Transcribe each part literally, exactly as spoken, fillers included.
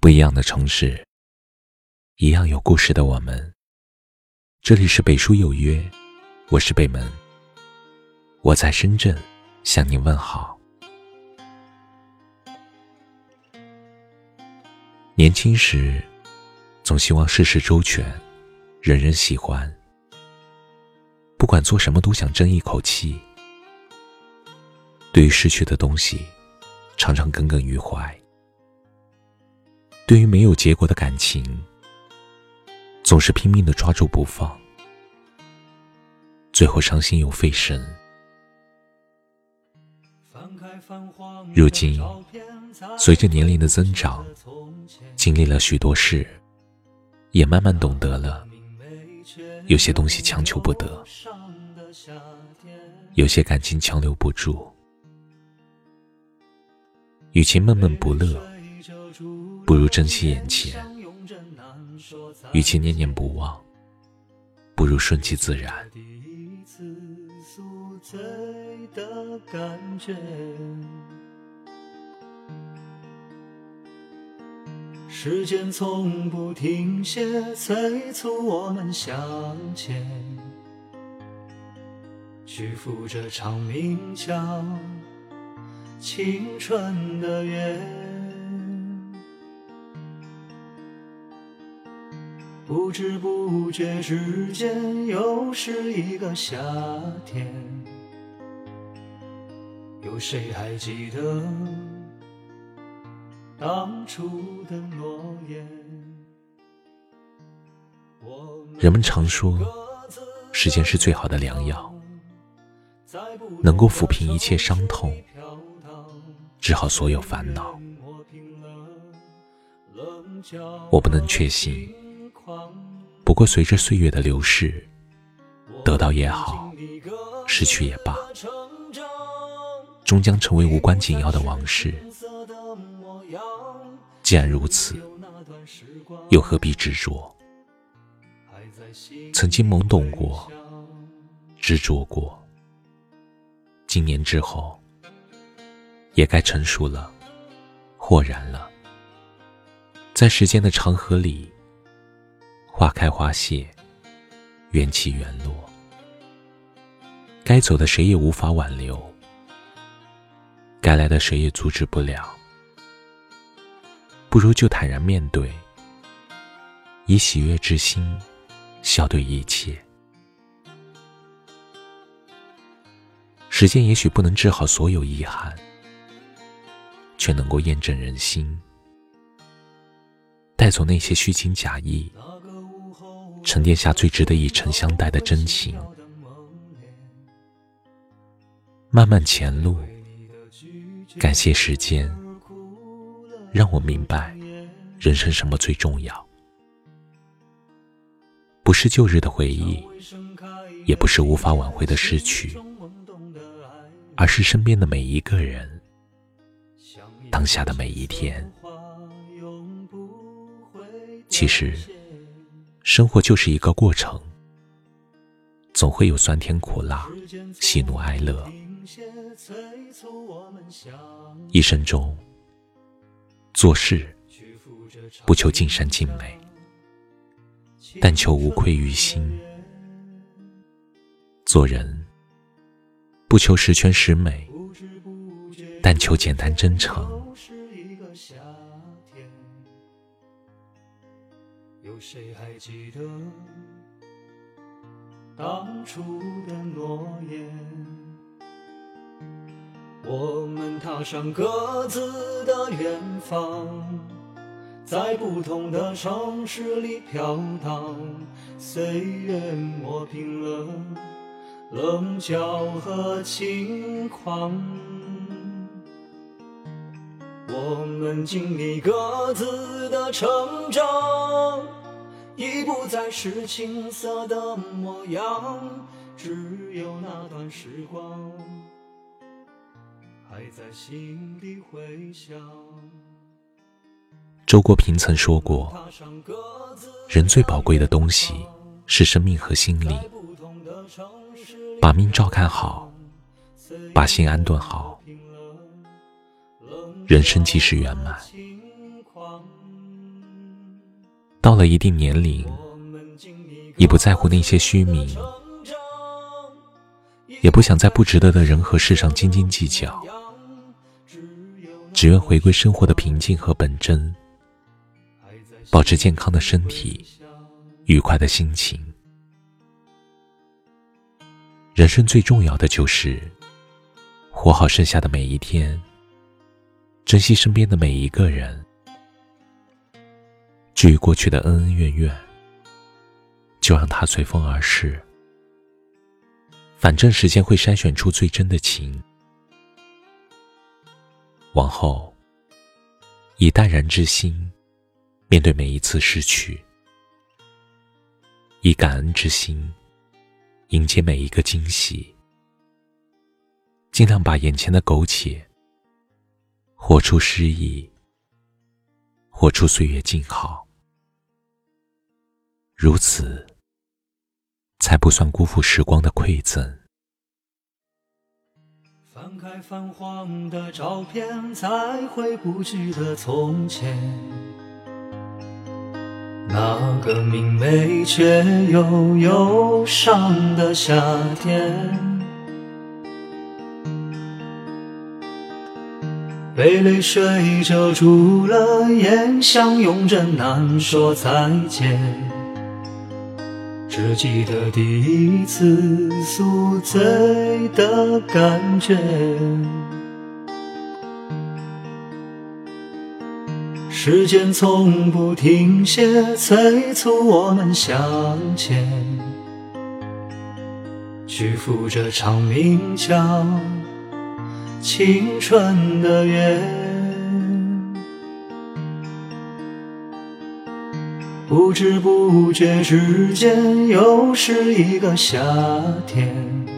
不一样的城市，一样有故事的我们。这里是北书有约，我是北门，我在深圳向你问好。年轻时总希望事事周全，人人喜欢，不管做什么都想争一口气。对于失去的东西常常耿耿于怀，对于没有结果的感情总是拼命地抓住不放，最后伤心又费神。如今随着年龄的增长，经历了许多事，也慢慢懂得了有些东西强求不得，有些感情强留不住。与其闷闷不乐，不如珍惜眼前；与其念念不忘，不如顺其自然。 时间从不停歇，催促我们向前，去赴这场鸣叫青春的约。不知不觉之间又是一个夏天，有谁还记得当初的诺言？ 人们常说时间是最好的良药，能够抚平一切伤痛，治好所有烦恼。我不能确信，不过随着岁月的流逝，得到也好，失去也罢，终将成为无关紧要的往事。既然如此，又何必执着？曾经懵懂过，执着过，经年之后也该成熟了，豁然了。在时间的长河里，花开花谢，缘起缘落，该走的谁也无法挽留，该来的谁也阻止不了。不如就坦然面对，以喜悦之心笑对一切。时间也许不能治好所有遗憾，却能够验证人心，带走那些虚情假意，沉淀下最值得以诚相待的真情。漫漫前路，感谢时间让我明白人生什么最重要。不是旧日的回忆，也不是无法挽回的失去，而是身边的每一个人，当下的每一天。其实生活就是一个过程，总会有酸甜苦辣，喜怒哀乐。一生中做事不求尽善尽美，但求无愧于心；做人不求十全十美，但求简单真诚。 有谁还记得当初的诺言？我们踏上各自的远方，在不同的城市里飘荡，岁月磨平了棱角和轻狂。我们经历各自的成长，已不再是青涩的模样，只有那段时光还在心里回响。 周国平曾说过，人最宝贵的东西是生命和心灵，把命照看好，把心安顿好，人生即是圆满。 到了一定年龄，已不在乎那些虚名，也不想在不值得的人和事上斤斤计较，只愿回归生活的平静和本真，保持健康的身体，愉快的心情。人生最重要的就是活好剩下的每一天，珍惜身边的每一个人。至于过去的恩恩怨怨，就让它随风而逝，反正时间会筛选出最真的情。往后以淡然之心面对每一次失去，以感恩之心迎接每一个惊喜，尽量把眼前的苟且活出诗意，活出岁月静好，如此才不算辜负时光的馈赠。 翻开泛黄的照片，才回不去的从前，那个明媚却又忧伤的夏天，被泪水遮住了眼，相拥着难说再见，只记得第一次宿醉的感觉。时间从不停歇，催促我们向前，去赴这场名叫青春的约。不知不觉之间，又是一个夏天，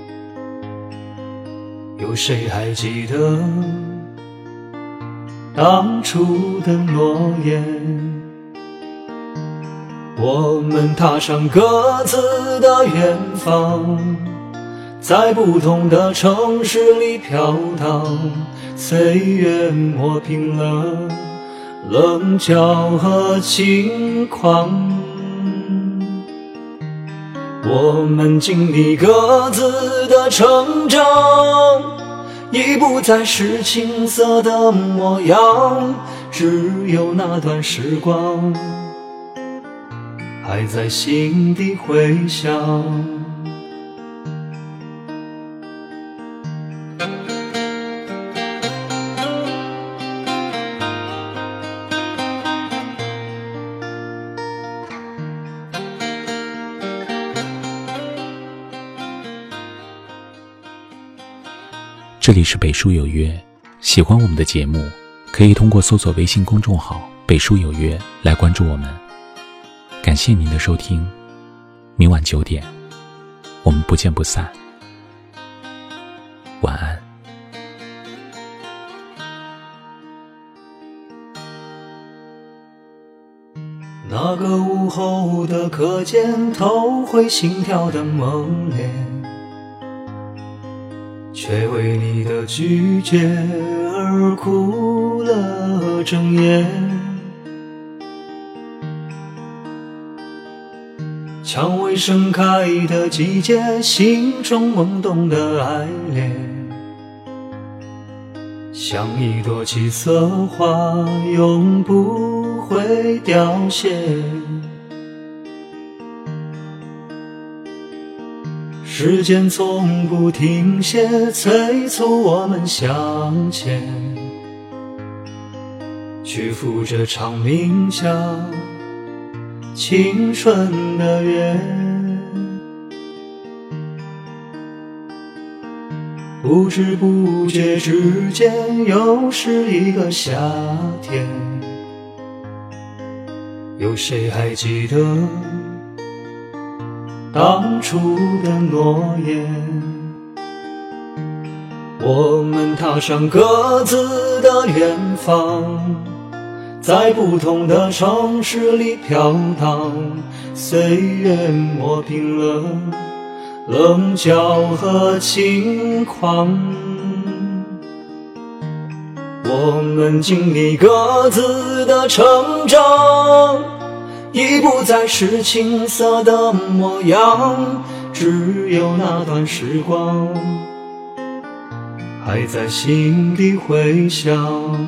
有谁还记得当初的诺言？我们踏上各自的远方，在不同的城市里飘荡，岁月磨平了棱角和轻狂。我们经历各自的成长，已不再是青涩的模样，只有那段时光还在心底回响。 这里是北书有约，喜欢我们的节目，可以通过搜索微信公众号北书有约来关注我们。感谢您的收听，明晚九点我们不见不散，晚安。 那个午后的课间，偷回心跳的猛烈，却为你的拒绝而哭了整夜。蔷薇盛开的季节，心中萌动的爱恋，像一朵七色花，永不会凋谢。时间从不停歇，催促我们向前，去赴这场名叫青春的约。不知不觉之间，又是一个夏天，有谁还记得当初的诺言？我们踏上各自的远方，在不同的城市里飘荡，岁月磨平了棱角和轻狂。 我们经历各自的成长，已不再是青涩的模样，只有那段时光还在心底回响。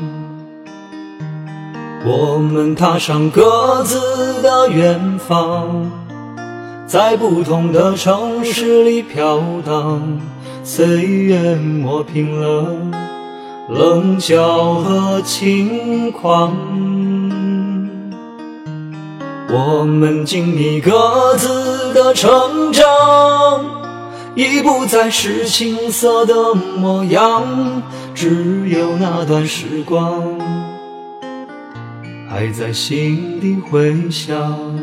我们踏上各自的远方，在不同的城市里飘荡，岁月磨平了棱角和轻狂。我们经历各自的成长，已不再是青涩的模样，只有那段时光还在心底回响。